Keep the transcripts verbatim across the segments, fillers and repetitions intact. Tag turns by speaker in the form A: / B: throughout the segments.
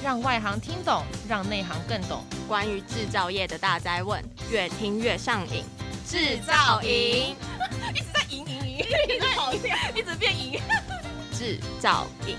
A: 让外行听懂，让内行更懂。
B: 关于制造业的大哉问，越听越上瘾。
A: 制造营一直在赢赢赢，一直在跑跳，一直变赢。
B: 制造营。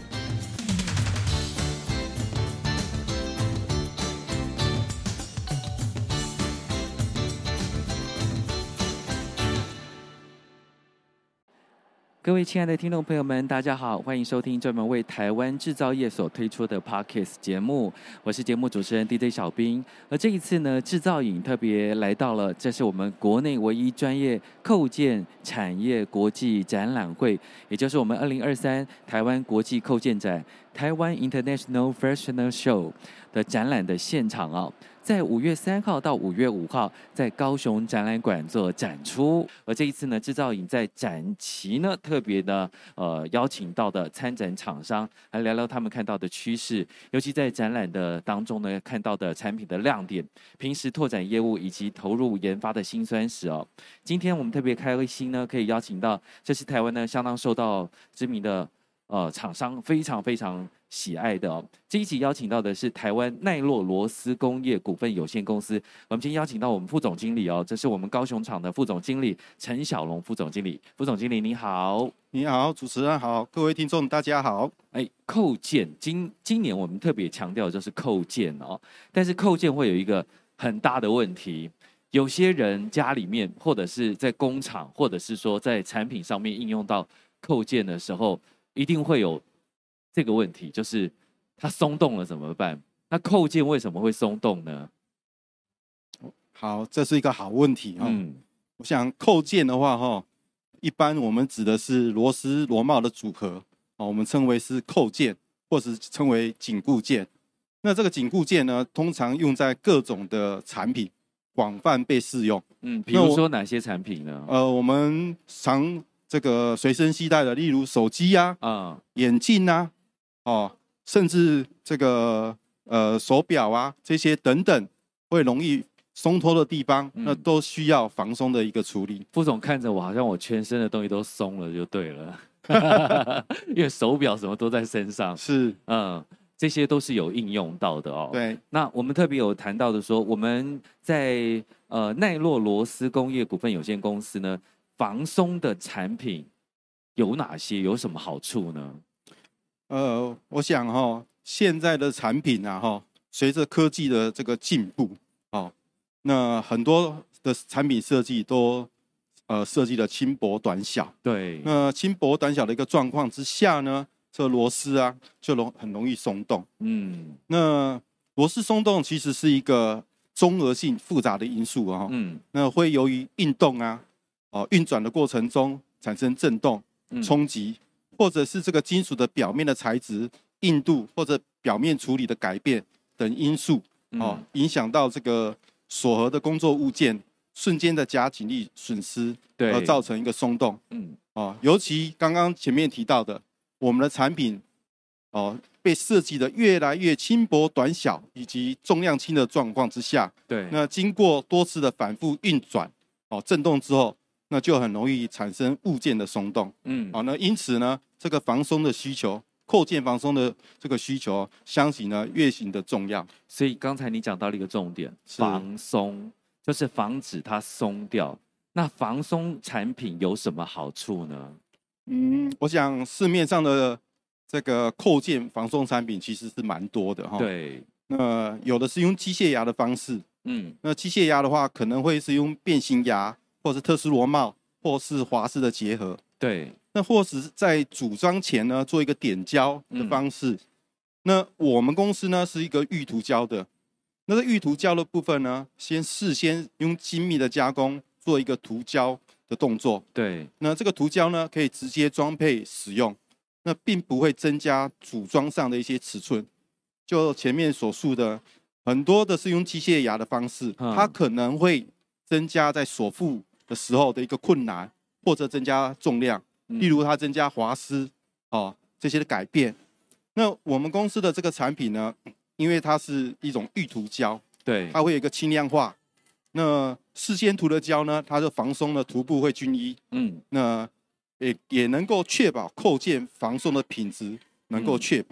C: 各位亲爱的听众朋友们，大家好，欢迎收听专门为台湾制造业所推出的 Podcast 节目，我是节目主持人 D J 小兵。而这一次呢，制造营特别来到了，这是我们国内唯一专业扣件产业国际展览会，也就是我们二零二三台湾国际扣件展台湾 International Fashioner Show 的展览的现场哦。在五月三号到五月五号，在高雄展览馆做展出。而这一次呢，制造营在展期呢，特别的呃邀请到的参展厂商来聊聊他们看到的趋势，尤其在展览的当中呢，看到的产品的亮点，平时拓展业务以及投入研发的辛酸史哦。今天我们特别开心呢，可以邀请到这是台湾呢相当受到知名的呃厂商非常非常喜爱的哦。这一集邀请到的是台湾奈洛螺丝工业股份有限公司，我们今天邀请到我们副总经理哦，这是我们高雄厂的副总经理陈小龙副总经理。副总经理你好。
D: 你好，主持人好，各位听众大家好。
C: 哎，扣件今今年我们特别强调的就是扣件哦，但是扣件会有一个很大的问题，有些人家里面或者是在工厂，或者是说在产品上面应用到扣件的时候，一定会有这个问题，就是它松动了怎么办？那扣件为什么会松动呢？
D: 好，这是一个好问题哈、哦。
C: 嗯，
D: 我想扣件的话哈、哦，一般我们指的是螺丝螺帽的组合哦，我们称为是扣件，或是称为紧固件。那这个紧固件呢，通常用在各种的产品，广泛被适用。
C: 嗯，比如说哪些产品呢？
D: 呃，我们常这个随身携带的，例如手机啊、
C: 啊、
D: 眼镜啊，哦，甚至这个呃手表啊这些等等，会容易松脱的地方，
C: 嗯、
D: 那都需要防松的一个处理。
C: 副总看着我，好像我全身的东西都松了，就对了，因为手表什么都在身上。
D: 是，
C: 嗯。这些都是有应用到的哦。
D: 对，
C: 那我们特别有谈到的说，我们在呃奈洛螺丝工业股份有限公司呢，防松的产品有哪些？有什么好处呢？
D: 呃，我想哈、哦，现在的产品啊哈、哦，随着科技的这个进步哦，那很多的产品设计都呃设计的轻薄短小。
C: 对。
D: 那轻薄短小的一个状况之下呢，这螺丝啊就容很容易松动。嗯，那螺丝松动其实是一个综合性复杂的因素啊。嗯，那会由于运动啊，哦运转的过程中产生震动、冲击，或者是这个金属的表面的材质、硬度或者表面处理的改变等因素，哦，影响到这个锁合的工作物件瞬间的夹紧力损失，而造成一个松动。嗯，哦，尤其刚刚前面提到的。我们的产品，哦，被设计的越来越轻薄短小，以及重量轻的状况之下，
C: 对，
D: 那经过多次的反复运转，哦，震动之后，那就很容易产生物件的松动。嗯，好、哦，那因此呢，这个防松的需求，扣件防松的这个需求，相信呢越行的重要。
C: 所以刚才你讲到了一个重点，防松就是防止它松掉。那防松产品有什么好处呢？
D: 嗯，我想市面上的这个扣件防松产品其实是蛮多的哈。
C: 对，
D: 那有的是用机械牙的方式，嗯，那机械牙的话可能会是用变形牙，或是特斯螺帽，或是滑丝的结合。
C: 对，
D: 那或是在组装前呢做一个点胶的方式。嗯、那我们公司呢是一个预涂胶的，那个预涂胶的部分呢，先事先用精密的加工做一个涂胶的动作。对，那这个涂胶呢，可以直接装配使用，那并不会增加组装上的一些尺寸。就前面所述的，很多的是用机械牙的方式，嗯、它可能会增加在锁附的时候的一个困难，或者增加重量，嗯、例如它增加滑丝哦这些的改变。那我们公司的这个产品呢，因为它是一种预涂胶，对，它会有一个轻量化。那事先涂的胶呢，它的防松的涂布会均一，嗯，那也也能够确保扣件防松的品质能够确保，嗯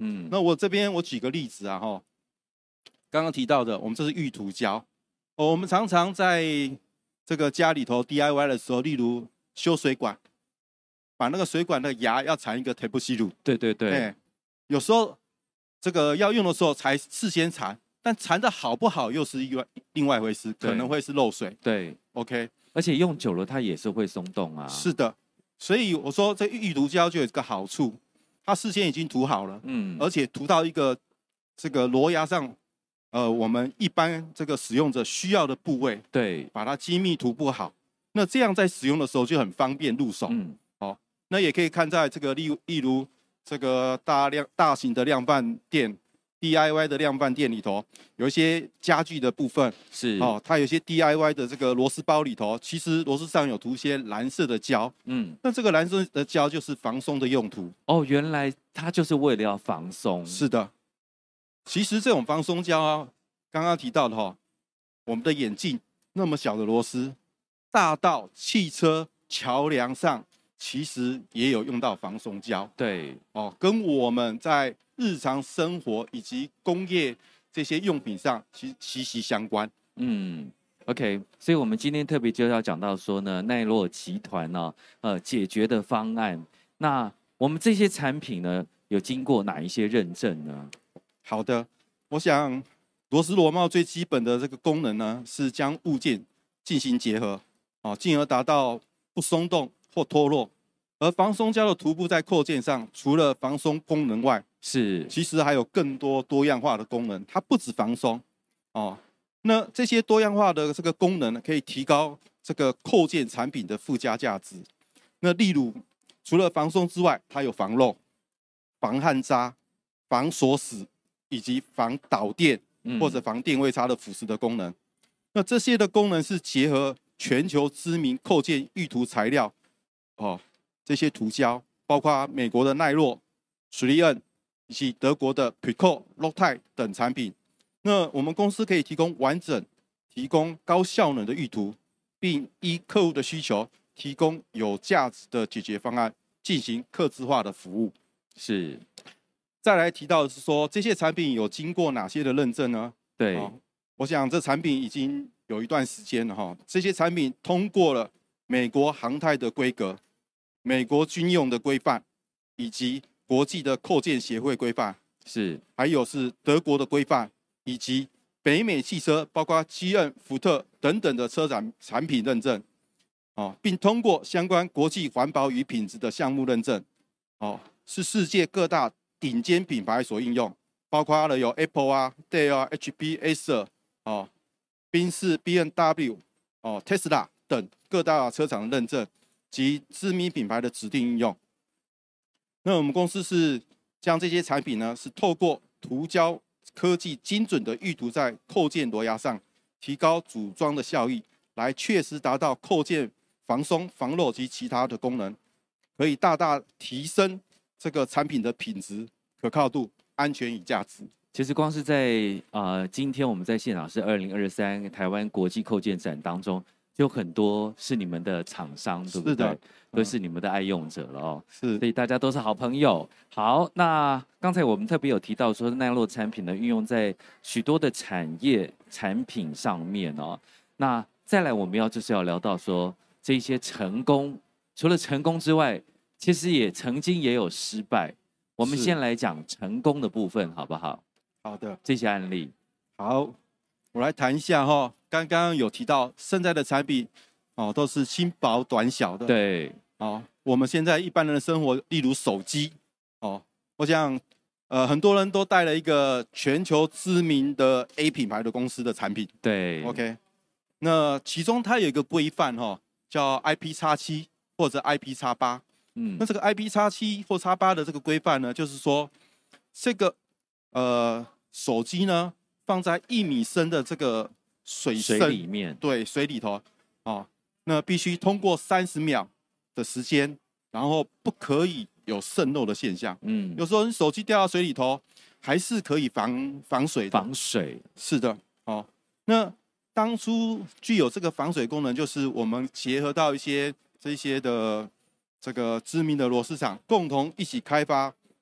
D: 嗯，那我这边我举个例子啊，哈，刚刚提到的，我们这是玉涂胶，哦，我们常常在这个家里头 D I Y 的时候，例如修水管，把那个水管的牙要缠一个 tape 吸乳，
C: 对对对，
D: 对，有时候这个要用的时候才事先缠，但缠的好不好又是另外另外一回事，可能会是漏水。
C: 对
D: ，OK，
C: 而且用久了它也是会松动啊。
D: 是的，所以我说这玉涂胶就有一个好处，它事先已经涂好了，嗯，而且涂到一个这个螺牙上，呃，我们一般这个使用者需要的部位，
C: 对，
D: 把它精密涂布好，那这样在使用的时候就很方便入手。嗯，好，那也可以看在这个例例如这个大量大型的量贩店 D I Y 的量贩店里头，有一些家具的部分
C: 是
D: 哦，它有些 D I Y 的这个螺丝包里头，其实螺丝上有涂一些蓝色的胶，嗯，那这个蓝色的胶就是防松的用途。
C: 哦，原来它就是为了要防松。
D: 是的，其实这种防松胶啊，刚刚提到的哈、哦，我们的眼镜那么小的螺丝，大到汽车桥梁上，其实也有用到防松胶。
C: 对，
D: 哦，跟我们在日常生活以及工业这些用品上，其实息息相关。
C: 嗯 ，OK， 所以我们今天特别就要讲到说呢，奈洛集团呢、哦，呃，解决的方案。那我们这些产品呢，有经过哪一些认证呢？
D: 好的，我想螺丝螺帽最基本的这个功能呢，是将物件进行结合，哦，进而达到不松动或脱落。而防松胶的涂布在扣件上，除了防松功能外，
C: 是
D: 其实还有更多多样化的功能。它不止防松，哦，那这些多样化的这个功能呢，可以提高这个扣件产品的附加价值。那例如，除了防松之外，它有防漏、防焊扎、防锁死，以及防导电或者防电位差的腐蚀的功能。嗯、那这些的功能是结合全球知名扣件预涂材料，哦。这些涂胶包括美国的奈洛、史利恩以及德国的 Preco、Loctite 等产品。那我们公司可以提供完整、提供高效能的预涂，并依客户的需求提供有价值的解决方案，进行客制化的服务。
C: 是。
D: 再来提到的是说，这些产品有经过哪些的认证呢？
C: 对，
D: 哦、我想这产品已经有一段时间了哈。这些产品通过了美国航太的规格。美国军用的规范，以及国际的扣件协会规范，
C: 是，
D: 还有是德国的规范，以及北美汽车，包括 G M、福特等等的车展产品认证，哦，并通过相关国际环保与品质的项目认证，哦，是世界各大顶尖品牌所应用，包括了有 Apple 啊、Dell 啊、H P、Acer 哦、宾士、B M W 哦、Tesla 等各大车厂的认证。及知名品牌的指定应用。那我们公司是将这些产品呢，是透过涂胶科技精准的预涂在扣件螺牙上，提高组装的效益，来确实达到扣件防松、防漏及其他的功能，可以大大提升这个产品的品质、可靠度、安全与价值。
C: 其实光是在呃，今天我们在现场是二零二三台湾国际扣件展当中。就很多是你们的厂商，对不对？是都是你们的爱用者了哦。
D: 是，
C: 所以大家都是好朋友。好，那刚才我们特别有提到说，奈洛产品呢运用在许多的产业产品上面哦。那再来，我们要就是要聊到说，这些成功，除了成功之外，其实也曾经也有失败。我们先来讲成功的部分，好不好？
D: 好的，
C: 这些案例。
D: 好，我来谈一下哈、哦。刚刚有提到，现在的产品哦都是轻薄短小的。
C: 对，
D: 哦，我们现在一般人的生活，例如手机，哦，我想，呃，很多人都带了一个全球知名的 A 品牌的公司的产品。
C: 对
D: ，OK， 那其中它有一个规范哈、哦，叫 I P X 七 或者 I P X 八。嗯，那这个 I P X 七 或 X 八的这个规范呢，就是说，这个呃手机呢放在一米深的这个水深
C: 水里面，
D: 对，水里头，哦，那必须通过三十秒的时间，然后不可以有渗漏的现象。嗯，有时候你手机掉到水里头，还是可以防防水的。
C: 防水，
D: 是的，哦，那当初具有这个防水功能，就是我们结合到一些这些的这个知名的螺丝厂，共同一起开发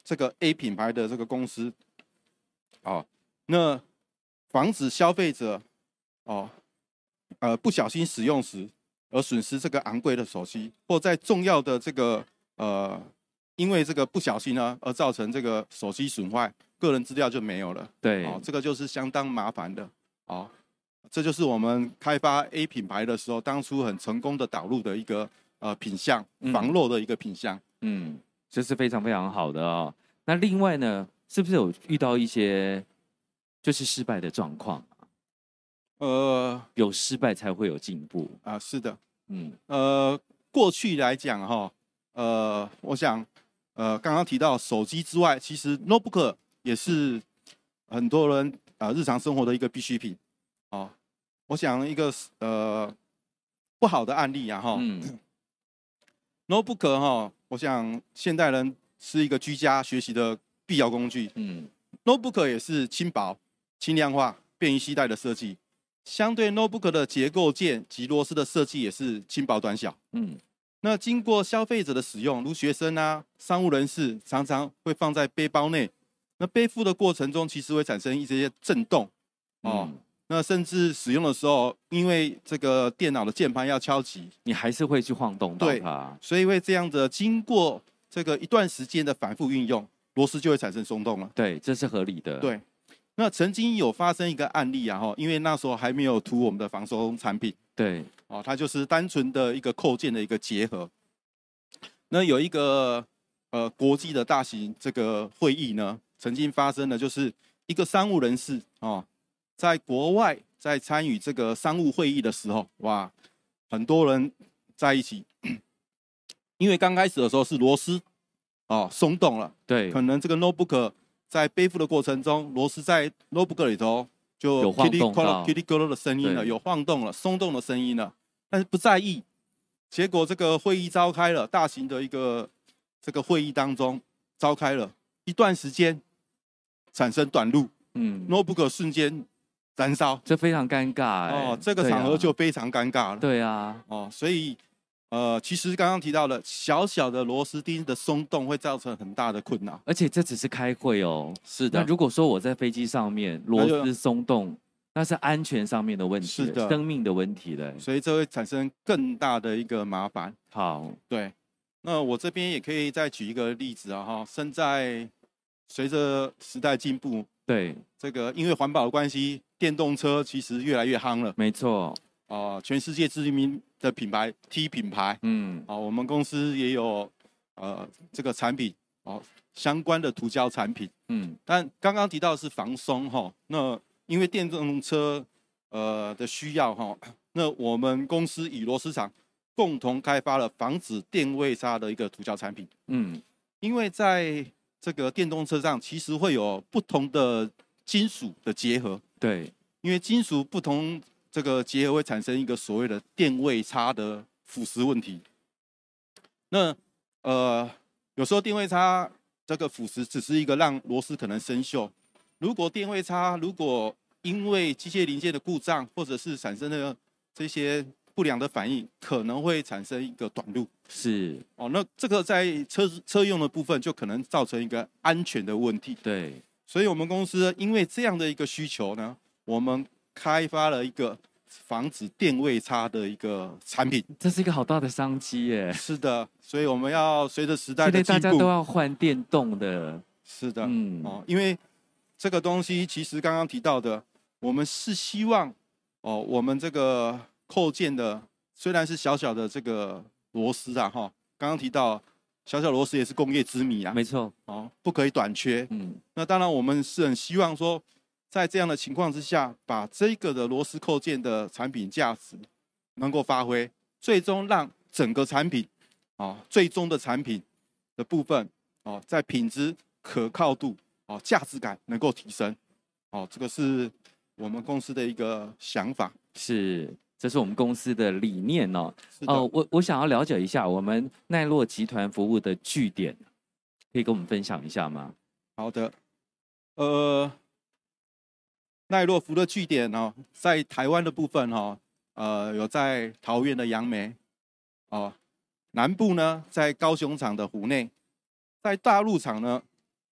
D: 这个 A 品牌的这个公司，哦，那防止消费者哦，呃不小心使用时而损失这个昂贵的手机，或在重要的这个呃，因为这个不小心呢而造成这个手机损坏，个人资料就没有了。
C: 对，
D: 哦，这个就是相当麻烦的。哦，这就是我们开发 A 品牌的时候，当初很成功的导入的一个呃品项，防漏的一个品项。
C: 嗯，这是非常非常好的哦。那另外呢，是不是有遇到一些就是失败的状况？呃，有失败才会有进步
D: 啊，是的，
C: 嗯，
D: 呃，过去来讲哈，呃，我想，呃，刚刚提到手机之外，其实 notebook 也是很多人啊、呃、日常生活的一个必需品。哦，我想一个呃不好的案例啊哈、嗯、，notebook 哈，我想现代人是一个居家学习的必要工具。嗯 ，notebook 也是轻薄、轻量化、便于携带的设计。相对 notebook 的结构件及螺丝的设计也是轻薄短小。嗯，那经过消费者的使用，如学生啊、商务人士，常常会放在背包内。那背负的过程中，其实会产生一些震动。哦，嗯、那甚至使用的时候，因为这个电脑的键盘要敲击，
C: 你还是会去晃动到它。
D: 对，所以会这样的，经过这个一段时间的反复运用，螺丝就会产生松动了。
C: 对，这是合理的。
D: 对。那曾经有发生一个案例啊，哈，因为那时候还没有涂我们的防松产品，
C: 对，
D: 哦，它就是单纯的一个扣件的一个结合。那有一个呃国际的大型这个会议呢，曾经发生的就是一个商务人士哦，在国外在参与这个商务会议的时候，哇，很多人在一起，因为刚开始的时候是螺丝哦松动了，
C: 对，
D: 可能这个 notebook。在背负的过程中，螺丝在 notebook 里头就
C: 有晃动到
D: kitty kitty 的声音了，有晃动了、松动的声音了，但是不在意。结果这个会议召开了，大型的一个这个会议当中召开了一段时间，产生短路，嗯 ，notebook 瞬间燃烧，
C: 这非常尴尬哎。
D: 哦，这个场合就非常尴尬了。
C: 对啊，
D: 哦，所以呃，其实刚刚提到了小小的螺丝钉的松动会造成很大的困扰，
C: 而且这只是开会哦。
D: 是的。
C: 那如果说我在飞机上面螺丝松动，那是安全上面的问题，
D: 是的，
C: 生命的问题了。
D: 所以这会产生更大的一个麻烦。
C: 好，
D: 对。那我这边也可以再举一个例子啊，哈，现在随着时代进步，
C: 对
D: 这个因为环保的关系，电动车其实越来越夯了。
C: 没错。
D: 哦、呃，全世界知名的品牌 T 品牌，嗯，哦、呃，我们公司也有呃这个产品哦，相关的涂胶产品，嗯，但刚刚提到的是防松哈，那因为电动车呃的需要哈，那我们公司与螺丝厂共同开发了防止电位差的一个涂胶产品，嗯，因为在这个电动车上其实会有不同的金属的结合，
C: 对，
D: 因为金属不同。这个结合会产生一个所谓的电位差的腐蚀问题。那呃，有时候电位差这个腐蚀只是一个让螺丝可能生锈。如果电位差，如果因为机械零件的故障，或者是产生的这些不良的反应，可能会产生一个短路。
C: 是
D: 哦，那这个在车车用的部分就可能造成一个安全的问题。
C: 对，
D: 所以我们公司因为这样的一个需求呢，我们开发了一个防止电位差的一个产品，
C: 这是一个好大的商机耶。
D: 是的，所以我们要随着时代的进步，
C: 现在大家都要换电动的。
D: 是的，嗯，哦，因为这个东西其实刚刚提到的，我们是希望哦，我们这个扣件的虽然是小小的这个螺丝啊，哈，刚刚提到小小螺丝也是工业之米啊，
C: 没错，
D: 哦，不可以短缺。嗯，那当然我们是很希望说。在这样的情况之下，把这个的螺丝扣件的产品价值能够发挥，最终让整个产品，哦，最终的产品的部分，哦，在品质、可靠度、哦，价值感能够提升，哦，这个是我们公司的一个想法。
C: 是，这是我们公司的理念哦。哦，我我想要了解一下我们奈洛集团服务的据点，可以跟我们分享一下吗？
D: 好的，呃。奈洛服的据点哦，在台湾的部分哦，呃，有在桃园的杨梅，哦，南部呢在高雄厂的湖内，在大陆厂呢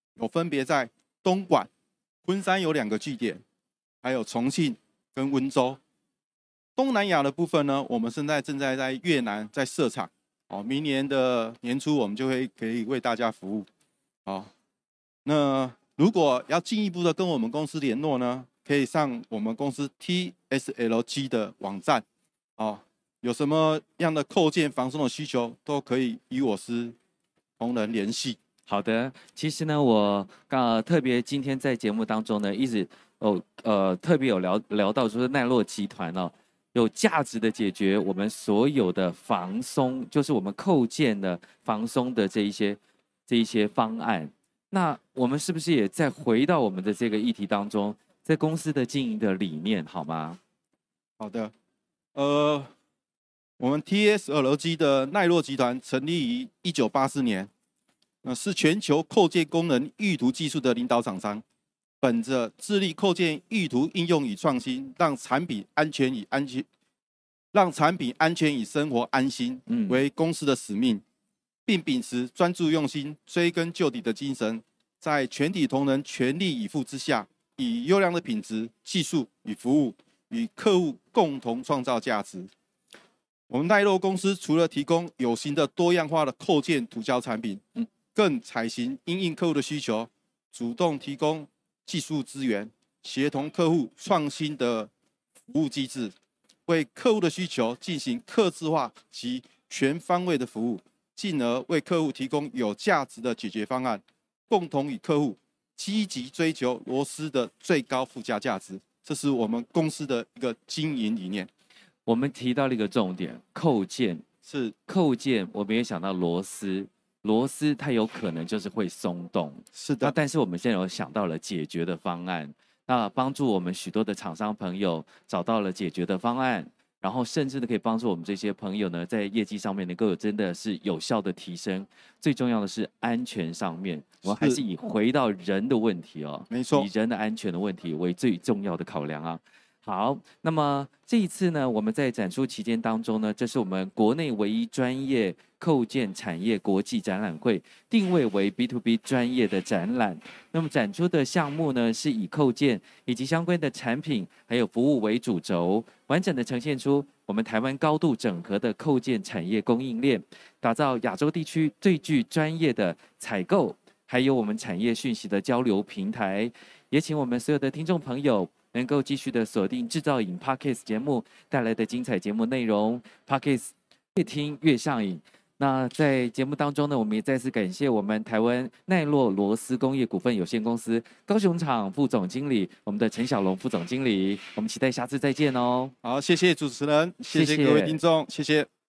D: 有分别在东莞、昆山有两个据点，还有重庆跟温州。东南亚的部分呢，我们现在正在在越南在设厂，哦，明年的年初我们就会可以为大家服务，哦，那如果要进一步的跟我们公司联络呢，可以上我们公司 T S L G 的网站，哦，有什么样的扣件防松的需求，都可以与我司同仁联系。
C: 好的，其实呢，我呃特别今天在节目当中呢，一直哦呃特别有聊聊到，就是奈洛集团哦，有价值的解决我们所有的防松，就是我们扣件的防松的这一些这一些方案。那我们是不是也再回到我们的这个议题当中，在公司的经营的理念，好吗？
D: 好的，呃，我们 T S L G 的奈洛集团成立于一九八四年。呃，是全球扣件功能预图技术的领导厂商，本着致力扣件预图应用与创新，让产品安全与安全，让产品安全与生活安心为公司的使命，并秉持专注用心、追根究底的精神，在全体同仁全力以赴之下，以优良的品质、技术与服务，与客户共同创造价值。我们奈洛公司除了提供有形的多样化的扣件涂胶产品，嗯。更采行因应客户的需求，主动提供技术资源，协同客户创新的服务机制，为客户的需求进行客制化及全方位的服务，进而为客户提供有价值的解决方案，共同与客户积极追求螺丝的最高附加价值。这是我们公司的一个经营理念。
C: 我们提到了一个重点，扣件
D: 是
C: 扣件，我们也想到螺丝。螺丝它有可能就是会松动，
D: 是的。
C: 那但是我们现在有想到了解决的方案，那帮助我们许多的厂商朋友找到了解决的方案，然后甚至的可以帮助我们这些朋友呢，在业绩上面能够有真的是有效的提升。最重要的是安全上面，我们还是以回到人的问题哦，
D: 没错，
C: 以人的安全的问题为最重要的考量啊。好，那么这一次呢，我们在展出期间当中呢，这是我们国内唯一专业扣件产业国际展览会，定位为 B to B 专业的展览。那么展出的项目呢，是以扣件以及相关的产品还有服务为主轴，完整的呈现出我们台湾高度整合的扣件产业供应链，打造亚洲地区最具专业的采购，还有我们产业讯息的交流平台。也请我们所有的听众朋友能够继续的锁定制造瘾 Podcast 节目带来的精彩节目内容 ，Podcast 越听越上瘾。那在节目当中呢，我们也再次感谢我们台湾奈洛螺丝工业股份有限公司高雄厂副总经理，我们的陈小龙副总经理。我们期待下次再见哦。
D: 好，谢谢主持人，谢谢各位听众，谢谢。